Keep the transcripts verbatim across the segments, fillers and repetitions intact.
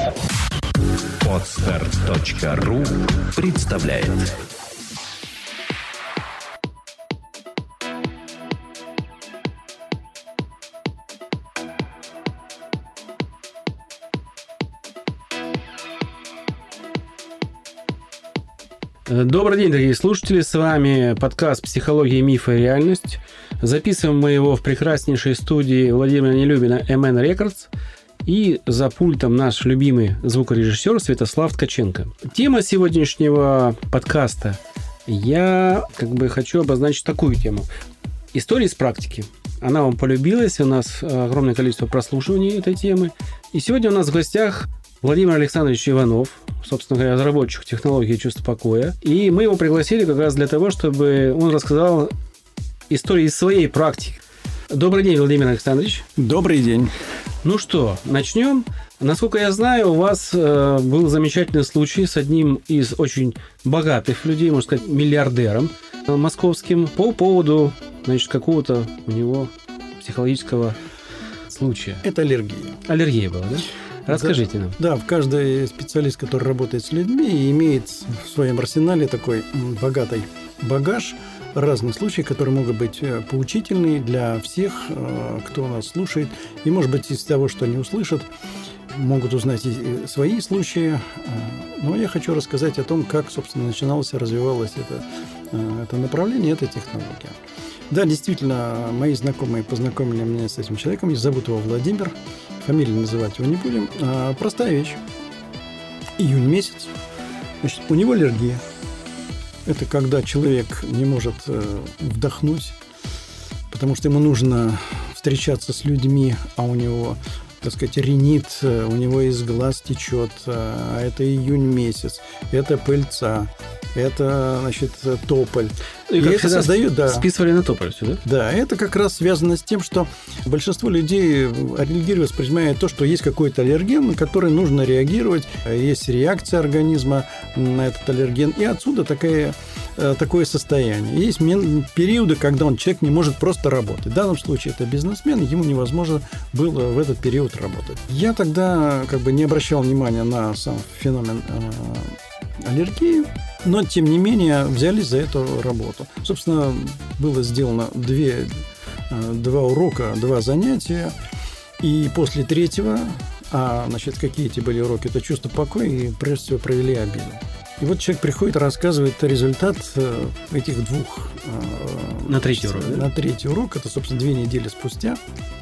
Подстер точка ру представляет. Добрый день, дорогие слушатели, с вами подкаст «Психология, мифы и реальность». Записываем мы его в прекраснейшей студии Владимира Нелюбина эм эн Records. И за пультом наш любимый звукорежиссер Святослав Ткаченко. Тема сегодняшнего подкаста. Я как бы хочу обозначить такую тему. История из практики. Она вам полюбилась, у нас огромное количество прослушиваний этой темы. И сегодня у нас в гостях Владимир Александрович Иванов, собственно говоря, разработчик технологии чувства покоя. И мы его пригласили как раз для того, чтобы он рассказал историю из своей практики. Добрый день, Владимир Александрович. Добрый день. Ну что, начнем. Насколько я знаю, у вас э, был замечательный случай с одним из очень богатых людей, можно сказать, миллиардером э, московским, по поводу, значит, какого-то у него психологического случая. Это аллергия. Аллергия была, да? Расскажите да, нам. Да, каждый специалист, который работает с людьми, имеет в своем арсенале такой богатый багаж разных случаев, которые могут быть поучительны для всех, кто нас слушает. И, может быть, из того, что они услышат, могут узнать и свои случаи. Но я хочу рассказать о том, как, собственно, начиналось и развивалось это, это направление, эта технология. Да, действительно, мои знакомые познакомили меня с этим человеком. Зовут его Владимир. Фамилию называть его не будем. А, простая вещь. Июнь месяц. Значит, у него аллергия. Это когда человек не может э, вдохнуть, потому что ему нужно встречаться с людьми, а у него, так сказать, ринит, у него из глаз течет, а это июнь месяц, это пыльца, это, значит, тополь. И, и как это создает, да. Списывали на тополь все, да? Да, это как раз связано с тем, что большинство людей аллергию воспринимает то, что есть какой-то аллерген, на который нужно реагировать, есть реакция организма на этот аллерген, и отсюда такая, такое состояние. Есть периоды, когда он, человек не может просто работать. В данном случае это бизнесмен, ему невозможно было в этот период работать. Я тогда как бы не обращал внимания на сам феномен аллергии, но, тем не менее, взялись за эту работу. Собственно, было сделано две, два урока, два занятия, и после третьего, а, значит, какие эти были уроки, это чувство покоя, и, прежде всего, провели обиду. И вот человек приходит, рассказывает результат этих двух... На третий урок, да? На третий урок, это, собственно, две недели спустя.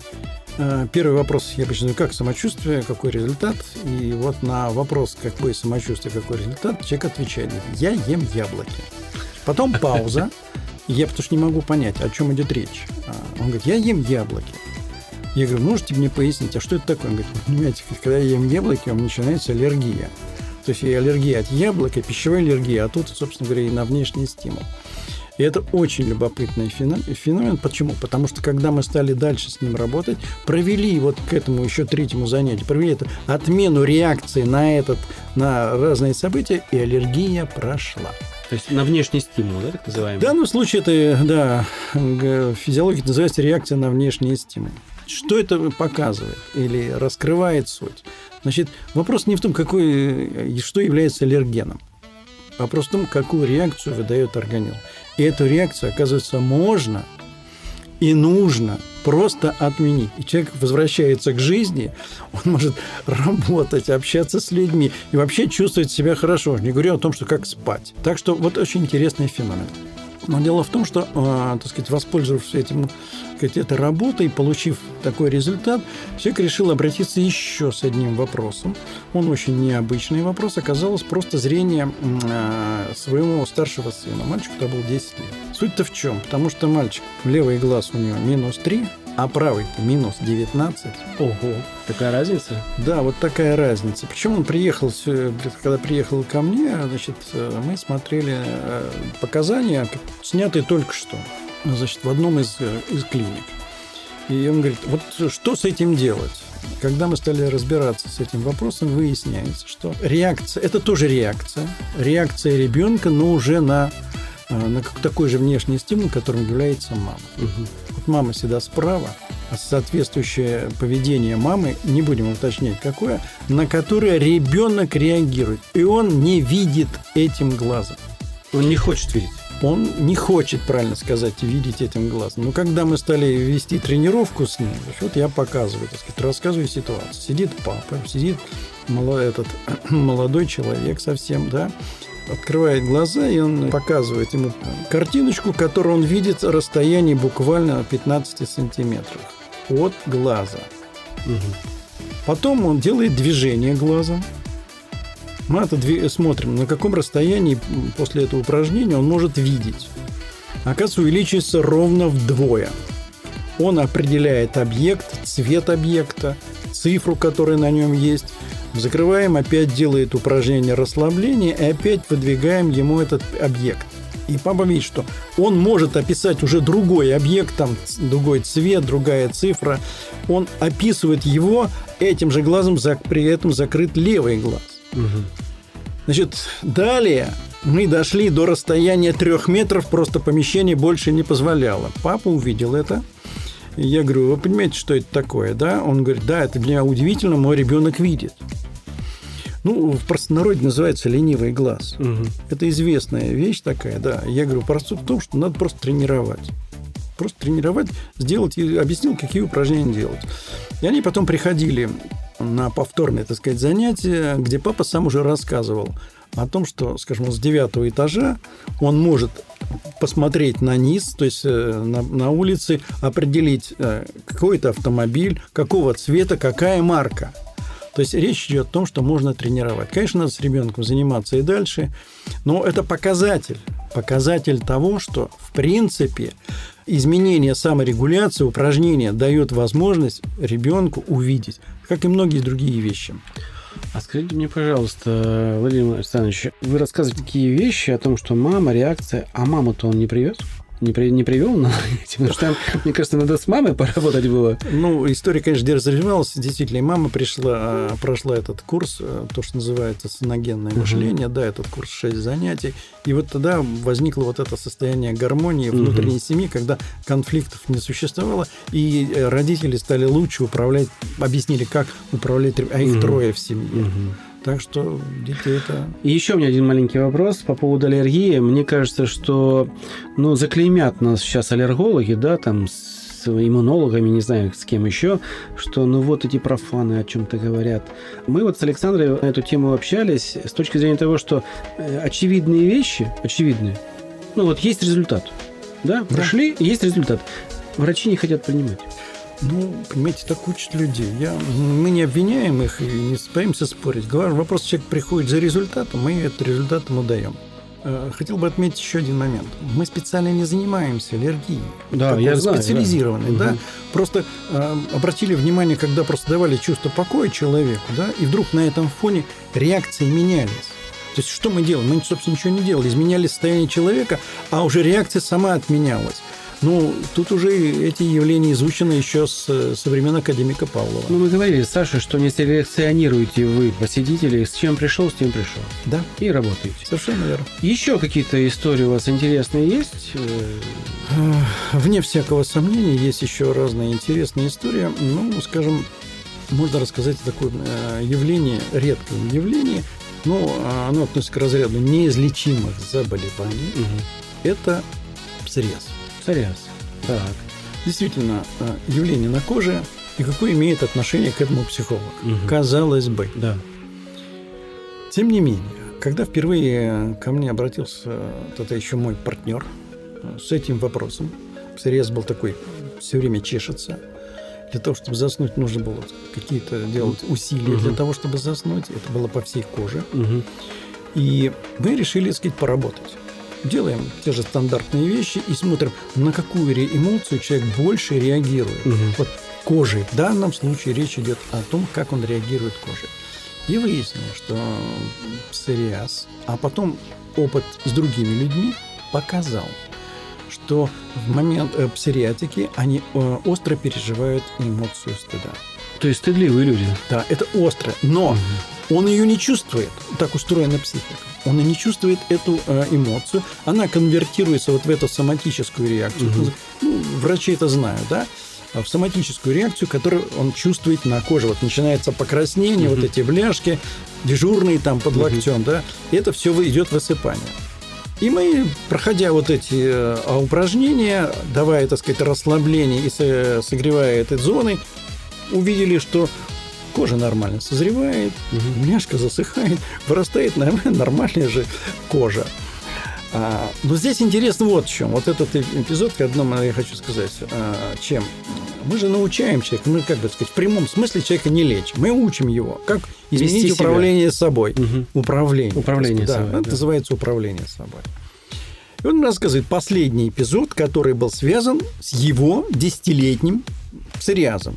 Первый вопрос, я обычно как самочувствие, какой результат? И вот на вопрос, какое самочувствие, какой результат, человек отвечает: я ем яблоки. Потом пауза. Я потому что не могу понять, о чем идет речь. Он говорит: я ем яблоки. Я говорю: можете мне пояснить, а что это такое? Он говорит: вы понимаете, когда я ем яблоки, у меня начинается аллергия. То есть и аллергия от яблок, и пищевая аллергия, а тут, собственно говоря, и на внешний стимул. И это очень любопытный феномен. Почему? Потому что, когда мы стали дальше с ним работать, провели вот к этому еще третьему занятию, провели эту отмену реакции на, этот, на разные события, и аллергия прошла. То есть на внешний стимул, да, так называемый? В данном случае это, да, физиология называется реакция на внешний стимул. Что это показывает или раскрывает суть? Значит, вопрос не в том, какой, что является аллергеном. Вопрос в том, какую реакцию выдает организм. И эту реакцию, оказывается, можно и нужно просто отменить. И человек возвращается к жизни, он может работать, общаться с людьми и вообще чувствовать себя хорошо. Не говорю о том, что как спать. Так что вот очень интересный феномен. Но дело в том, что, э, так сказать, воспользовавшись этим, так сказать, этой работой, получив такой результат, человек решил обратиться еще с одним вопросом. Он очень необычный вопрос. Оказалось просто зрение э, своего старшего сына. Мальчику тогда было десять лет. Суть-то в чем? Потому что мальчик, левый глаз у него минус три, а правый минус девятнадцать. Ого, такая разница? Да, вот такая разница. Причем он приехал, когда приехал ко мне, значит, мы смотрели показания, снятые только что, значит, в одном из, из клиник. И он говорит: вот что с этим делать? Когда мы стали разбираться с этим вопросом, выясняется, что реакция – это тоже реакция. Реакция ребенка, но уже на на такой же внешний стимул, которым является мама. Угу. Вот мама всегда справа, а соответствующее поведение мамы, не будем уточнять какое, на которое ребенок реагирует. И он не видит этим глазом. Он не хочет видеть. Он не хочет, правильно сказать, видеть этим глазом. Но когда мы стали вести тренировку с ним, вот я показываю, так сказать, рассказываю ситуацию. Сидит папа, сидит этот молодой человек совсем, да, открывает глаза, и он показывает ему картиночку, которую он видит на расстоянии буквально пятнадцать сантиметров от глаза. Угу. Потом он делает движение глазом. Мы это смотрим, на каком расстоянии после этого упражнения он может видеть. Оказывается, увеличивается ровно вдвое. Он определяет объект, цвет объекта, цифру, которая на нем есть. Закрываем, опять делает упражнение расслабления и опять выдвигаем ему этот объект. И папа видит, что он может описать уже другой объект, там другой цвет, другая цифра. Он описывает его этим же глазом, при этом закрыт левый глаз. Угу. Значит, далее мы дошли до расстояния трех метров, просто помещение больше не позволяло. Папа увидел это. Я говорю, вы понимаете, что это такое, да? Он говорит, да, это для меня удивительно, мой ребенок видит. Ну, в простонародье называется ленивый глаз. Угу. Это известная вещь такая, да. Я говорю, просто в том, что надо просто тренировать. Просто тренировать, сделать, и объяснил, какие упражнения делать. И они потом приходили на повторные, так сказать, занятия, где папа сам уже рассказывал о том, что, скажем, с девятого этажа он может посмотреть на низ, то есть на, на улице, определить какой-то автомобиль, какого цвета, какая марка. То есть речь идет о том, что можно тренировать. Конечно, надо с ребенком заниматься и дальше, но это показатель. Показатель того, что, в принципе, изменение саморегуляции, упражнения дает возможность ребенку увидеть, как и многие другие вещи. А скажите мне, пожалуйста, Владимир Александрович, вы рассказываете такие вещи о том, что мама, реакция, а маму-то он не привез? Не, при, не привел на эти, потому что там, мне кажется, надо с мамой поработать было. Ну, история, конечно, развивалась. Действительно, и мама пришла, прошла этот курс, то, что называется соногенное мышление, uh-huh. да, этот курс шесть занятий. И вот тогда возникло вот это состояние гармонии внутренней uh-huh. семьи, когда конфликтов не существовало, и родители стали лучше управлять, объяснили, как управлять, а их uh-huh. трое в семье. Uh-huh. Так что детей это... И еще у меня один маленький вопрос по поводу аллергии. Мне кажется, что ну, заклеймят нас сейчас аллергологи, да, там с иммунологами, не знаю, с кем еще, что ну вот эти профаны о чем-то говорят. Мы вот с Александрой на эту тему общались с точки зрения того, что очевидные вещи, очевидные, ну вот есть результат, да, прошли, да. Есть результат. Врачи не хотят принимать. Ну, понимаете, так учат людей. Я, мы не обвиняем их и не боимся спорить. Главный вопрос, человек приходит за результатом, мы этот результат ему даем. Хотел бы отметить еще один момент. Мы специально не занимаемся аллергией. Да, я знаю. Специализированной, да. да. Просто э, обратили внимание, когда просто давали чувство покоя человеку, да, и вдруг на этом фоне реакции менялись. То есть, что мы делаем? Мы, собственно, ничего не делали. Изменяли состояние человека, а уже реакция сама отменялась. Ну, тут уже эти явления изучены еще с, со времен академика Павлова. Ну, мы говорили с Сашей, что не селекционируете вы посетителей, с чем пришел, с тем пришел. Да. И работаете. Совершенно верно. Еще какие-то истории у вас интересные есть? Вне всякого сомнения, есть еще разные интересные истории. Ну, скажем, можно рассказать о таком явлении, редком явлении, но оно относится к разряду неизлечимых заболеваний. Угу. Это псориаз. Псориаз. Так. Действительно, явление на коже, и какое имеет отношение к этому психолог? Угу. Казалось бы. Да. Тем не менее, когда впервые ко мне обратился это еще мой партнер с этим вопросом, псориаз был такой, все время чешется. Для того, чтобы заснуть, нужно было какие-то делать усилия угу. для того, чтобы заснуть. Это было по всей коже. Угу. И мы решили, так сказать, поработать. Делаем те же стандартные вещи и смотрим, на какую эмоцию человек больше реагирует. Угу. Вот кожей. В данном случае речь идет о том, как он реагирует кожей. И выяснилось, что псориаз, а потом опыт с другими людьми показал, что в момент псориатики они остро переживают эмоцию стыда. То есть стыдливые люди. Да, это остро. Но угу. он ее не чувствует. Так устроена психика. Он и не чувствует эту э, эмоцию. Она конвертируется вот в эту соматическую реакцию. Угу. Ну, врачи это знают, да? В соматическую реакцию, которую он чувствует на коже. Вот начинается покраснение, угу. вот эти бляшки, дежурные там под угу. локтем, да? И это все идет высыпание. И мы, проходя вот эти э, упражнения, давая, так сказать, расслабление и согревая этой зоной, увидели, что кожа нормально созревает, угу. бляшка засыхает, вырастает нормальная же кожа. А, но здесь интересно вот в чем. Вот этот эпизод, к одному я хочу сказать, а, чем. Мы же научаем человека, мы, как бы сказать, в прямом смысле человека не лечим. Мы учим его, как изменить Вести управление себя. собой. Угу. Управление. Управление да, собой. Это да. называется управление собой. И он рассказывает последний эпизод, который был связан с его десятилетним псориазом.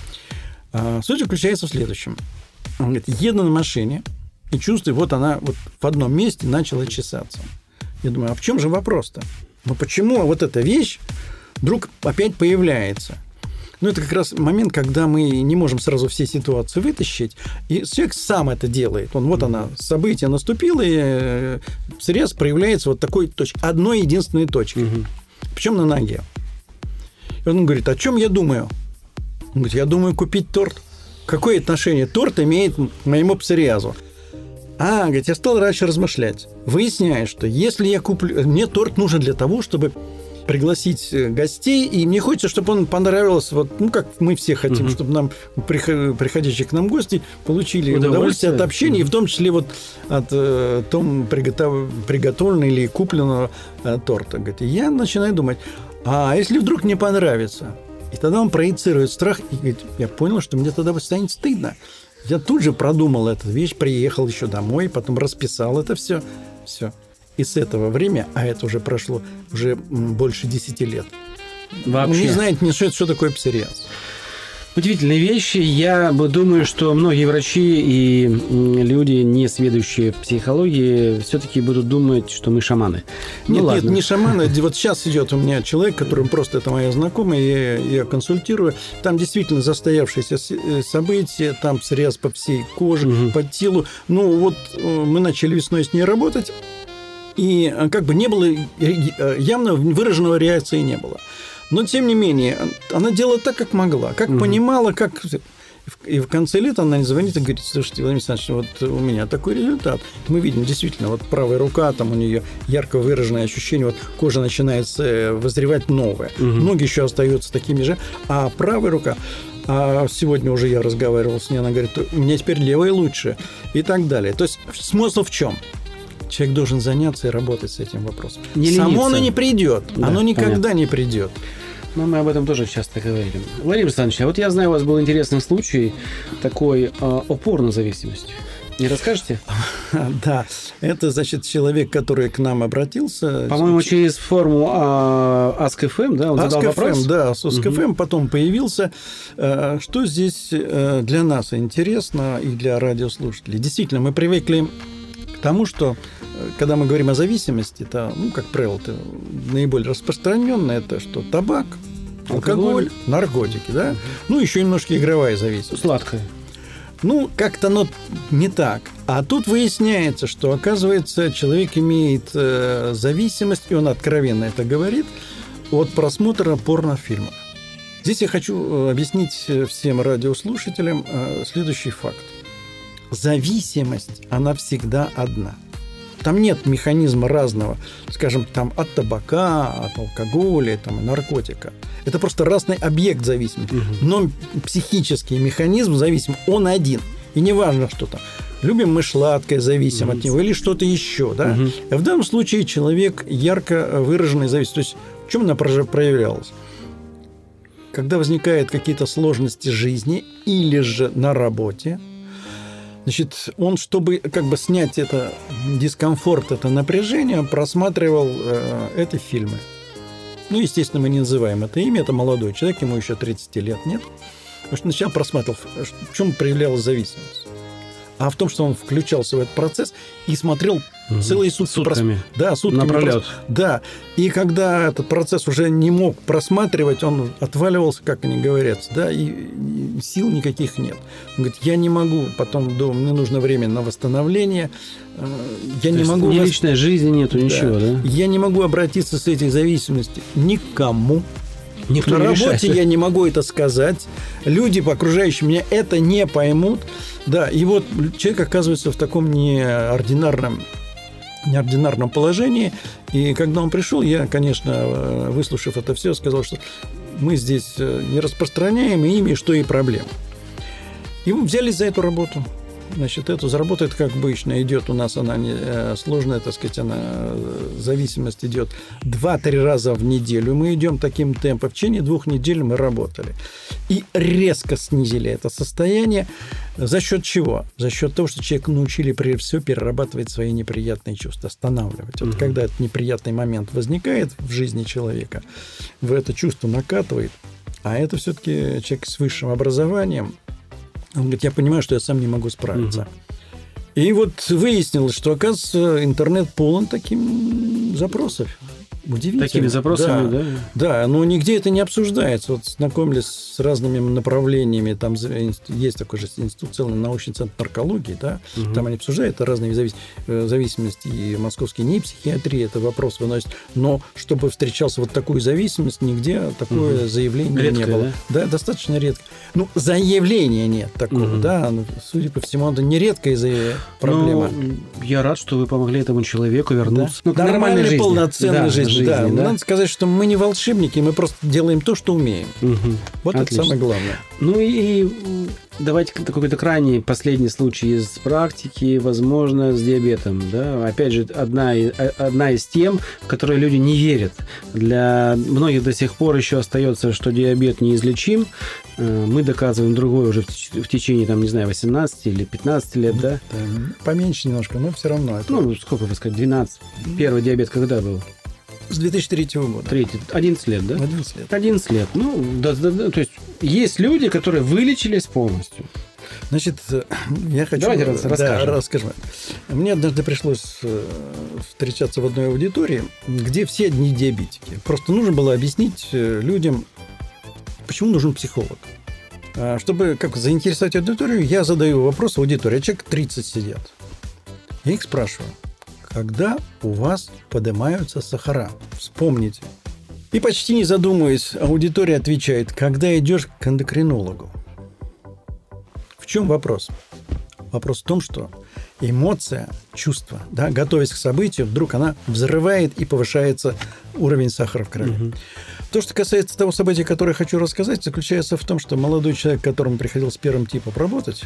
А, суть заключается в следующем. Он говорит, еду на машине и чувствую, вот она вот в одном месте начала чесаться. Я думаю, а в чем же вопрос-то? Ну, почему вот эта вещь вдруг опять появляется? Ну, это как раз момент, когда мы не можем сразу все ситуации вытащить, и человек сам это делает. Он, вот она, событие наступило, и псориаз проявляется вот такой точкой, одной единственной точкой. Угу. Причем на ноге. И он говорит, о чем я думаю? Он говорит, я думаю купить торт. Какое отношение торт имеет к моему псориазу? А, говорит, я стал раньше размышлять. Выясняю, что если я куплю... Мне торт нужен для того, чтобы пригласить гостей, и мне хочется, чтобы он понравился, вот, ну, как мы все хотим, угу. чтобы нам приходящие к нам гости получили удовольствие, удовольствие от общения, угу. и в том числе вот от э, том приготов... приготовленного или купленного э, торта. Говорит, и я начинаю думать, а если вдруг мне понравится? И тогда он проецирует страх, и говорит, я понял, что мне тогда станет стыдно. Я тут же продумал эту вещь, приехал еще домой, потом расписал это все. Все. И с этого времени, а это уже прошло уже больше десяти лет, вообще не знает ни что, что такое псориаз. Удивительные вещи. Я думаю, что многие врачи и люди, не сведущие в психологии, все-таки будут думать, что мы шаманы. Ну, нет, ладно. нет, не шаманы. Вот сейчас идет у меня человек, который просто, это моя знакомая, я, я консультирую. Там действительно застоявшиеся события, там псориаз по всей коже, угу. по телу. Ну, вот мы начали весной с ней работать, и как бы не было, явно выраженного реакции не было. Но, тем не менее, она делала так, как могла, как угу. понимала, как... И в конце лета она звонит и говорит, слушайте, Владимир Александрович, вот у меня такой результат. Мы видим, действительно, вот правая рука, там у нее ярко выраженное ощущение, вот кожа начинает вызревать новое. Угу. Ноги еще остаются такими же, а правая рука... А сегодня уже я разговаривал с ней, она говорит, у меня теперь левая лучше, и так далее. То есть смысл в чем? Человек должен заняться и работать с этим вопросом. Не Само оно не придет. Да, оно никогда понятно. не придет. Но мы об этом тоже часто говорим. Владимир Александрович, а вот я знаю, у вас был интересный случай такой э, опор на зависимость. Не расскажете? Да, это, значит, человек, который к нам обратился. По-моему, через форму Ask эф эм, да, он задал вопрос? Да, с Ask эф эм потом появился. Что здесь для нас интересно и для радиослушателей? Действительно, мы привыкли к тому, что когда мы говорим о зависимости, это, ну, как правило, это наиболее распространенное, это что? Табак, алкоголь, алкоголь наркотики, да? Угу. Ну, еще немножко игровая зависимость. Сладкая. Ну, как-то оно не так. А тут выясняется, что, оказывается, человек имеет э, зависимость, и он откровенно это говорит, от просмотра порнофильмов. Здесь я хочу объяснить всем радиослушателям э, следующий факт. Зависимость, она всегда одна. Там нет механизма разного, скажем, там от табака, от алкоголя, там, и наркотика. Это просто разный объект зависимости. Угу. Но психический механизм зависим, он один. И не важно, что там. Любим мы сладкое, зависим угу. от него, или что-то еще. Да? Угу. В данном случае человек ярко выраженный зависимость. То есть в чем она проявлялась? Когда возникают какие-то сложности жизни или же на работе, значит, он, чтобы как бы снять это дискомфорт, это напряжение, просматривал э, эти фильмы. Ну, естественно, мы не называем это имя, это молодой человек, ему еще тридцать лет нет. Потому что сначала просматривал, в чем проявлялась зависимость. а в том, что он включался в этот процесс и смотрел угу. целые сутки. Сутками. Да, сутками. Напролет. Да. И когда этот процесс уже не мог просматривать, он отваливался, как они говорят, да, и, и сил никаких нет. Он говорит, я не могу, потом думаю, мне нужно время на восстановление. Я То не могу... Ни личной жизни нету, да. ничего, да? Я не могу обратиться с этой зависимостью никому. Никто на не работе решает. Я не могу это сказать. Люди, окружающие меня, это не поймут. Да, и вот человек оказывается в таком неординарном, неординарном положении. И когда он пришел, я, конечно, выслушав это все, сказал, что мы здесь не распространяем имя, что и проблем. И мы взялись за эту работу. Значит, эту заработает, как обычно, идет у нас, она не сложная, так сказать, она, зависимость идет два-три раза в неделю. Мы идем таким темпом. В течение двух недель мы работали. И резко снизили это состояние. За счет чего? За счет того, что человека научили, прежде всего, перерабатывать свои неприятные чувства, останавливать. Вот угу. когда этот неприятный момент возникает в жизни человека, в это чувство накатывает, а это все-таки человек с высшим образованием. Он говорит, я понимаю, что я сам не могу справиться. Угу. И вот выяснилось, что, оказывается, интернет полон таким запросов. Удивительно. Такими запросами, да? Да, да, но нигде это не обсуждается. Вот знакомились с разными направлениями. Там есть такой же институт, целый научный центр наркологии. Да? Угу. Там они обсуждают разные завис... зависимости. И московские НИИ психиатрии это вопрос выносит. Но чтобы встречался вот такую зависимость, нигде такое угу. заявление Редкое, не было. Да? Да, достаточно редко. Ну, заявления нет такого, угу. да. Судя по всему, это не редкая проблема. Ну, я рад, что вы помогли этому человеку вернуться да? ну, к нормальной жизни. Полноценной да, жизни. Жизни, да. Да. Надо сказать, что мы не волшебники, мы просто делаем то, что умеем. Угу. Вот Отлично. Это самое главное. Ну и давайте какой-то крайний последний случай из практики, возможно, с диабетом. Да? Опять же, одна, одна из тем, в которые люди не верят. Для многих до сих пор еще остается, что диабет неизлечим. Мы доказываем другое уже в течение, там, не знаю, восемнадцати или пятнадцати лет, да? да поменьше немножко, но все равно. Это... Ну, сколько вы сказать, двенадцать. Первый диабет когда был? С две тысячи третьего года. Третий. одиннадцать лет, да? одиннадцать лет. одиннадцать лет. Ну, да, да, да, то есть есть люди, которые вылечились полностью. Значит, я хочу... Давайте расскажем. Да, расскажем. Мне однажды пришлось встречаться в одной аудитории, где все одни диабетики. Просто нужно было объяснить людям, почему нужен психолог. Чтобы как заинтересовать аудиторию, я задаю вопрос аудитории. Человек тридцать сидят. Я их спрашиваю. Когда у вас поднимаются сахара? Вспомните. И почти не задумываясь, аудитория отвечает, когда идешь к эндокринологу. В чем вопрос? Вопрос в том, что эмоция, чувство, да, готовясь к событию, вдруг она взрывает и повышается уровень сахара в крови. Угу. То, что касается того события, которое я хочу рассказать, заключается в том, что молодой человек, к которому приходилось первым типом работать,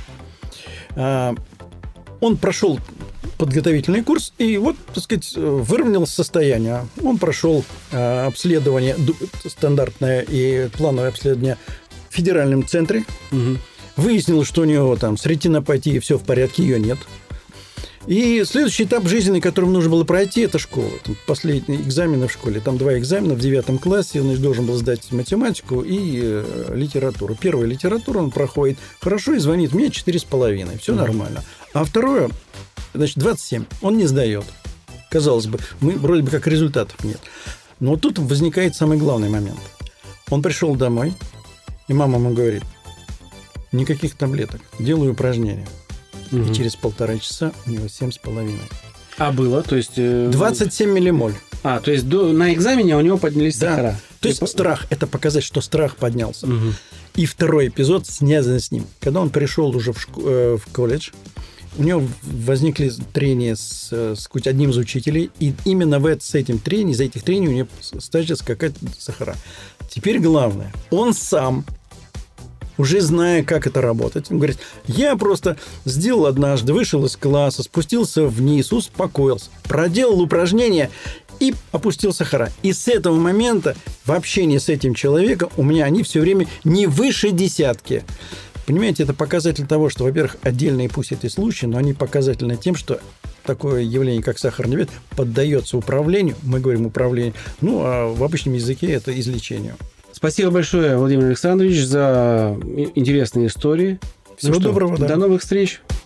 он прошел подготовительный курс и вот, так сказать, выровнял состояние. Он прошел обследование стандартное и плановое обследование в федеральном центре. Угу. Выяснилось, что у него там с ретинопатией все в порядке, ее нет. И следующий этап жизни, которым нужно было пройти, это школа. Там последние экзамены в школе. Там два экзамена в девятом классе. Он должен был сдать математику и э, литературу. Первую литературу он проходит хорошо и звонит мне четыре с половиной. Все mm-hmm. нормально. А второе, значит, двадцать семь. Он не сдает. Казалось бы, мы вроде бы как результатов нет. Но тут возникает самый главный момент. Он пришел домой, и мама ему говорит, никаких таблеток, делаю упражнения. Угу. И через полтора часа у него семь с половиной. А было? То есть... двадцать семь миллимоль. А, то есть до, на экзамене у него поднялись да. сахара. То есть и... страх. Это показать, что страх поднялся. Угу. И второй эпизод связан с ним. Когда он пришел уже в, шко... э, в колледж, у него возникли трения с, с одним из учителей. И именно в это, с этим трением, из этих трений у него стали скакать сахара. Теперь главное. Он сам... уже зная, как это работает. Он говорит, я просто сделал однажды, вышел из класса, спустился вниз, успокоился, проделал упражнения и опустил сахара. И с этого момента в общении с этим человеком у меня они все время не выше десятки. Понимаете, это показатель того, что, во-первых, отдельные пусть это и случаи, но они показательны тем, что такое явление, как сахарный диабет, поддается управлению. Мы говорим управлению. Ну, а в обычном языке это излечению. Спасибо большое, Владимир Александрович, за интересные истории. Всего ну что, доброго. Да. До новых встреч.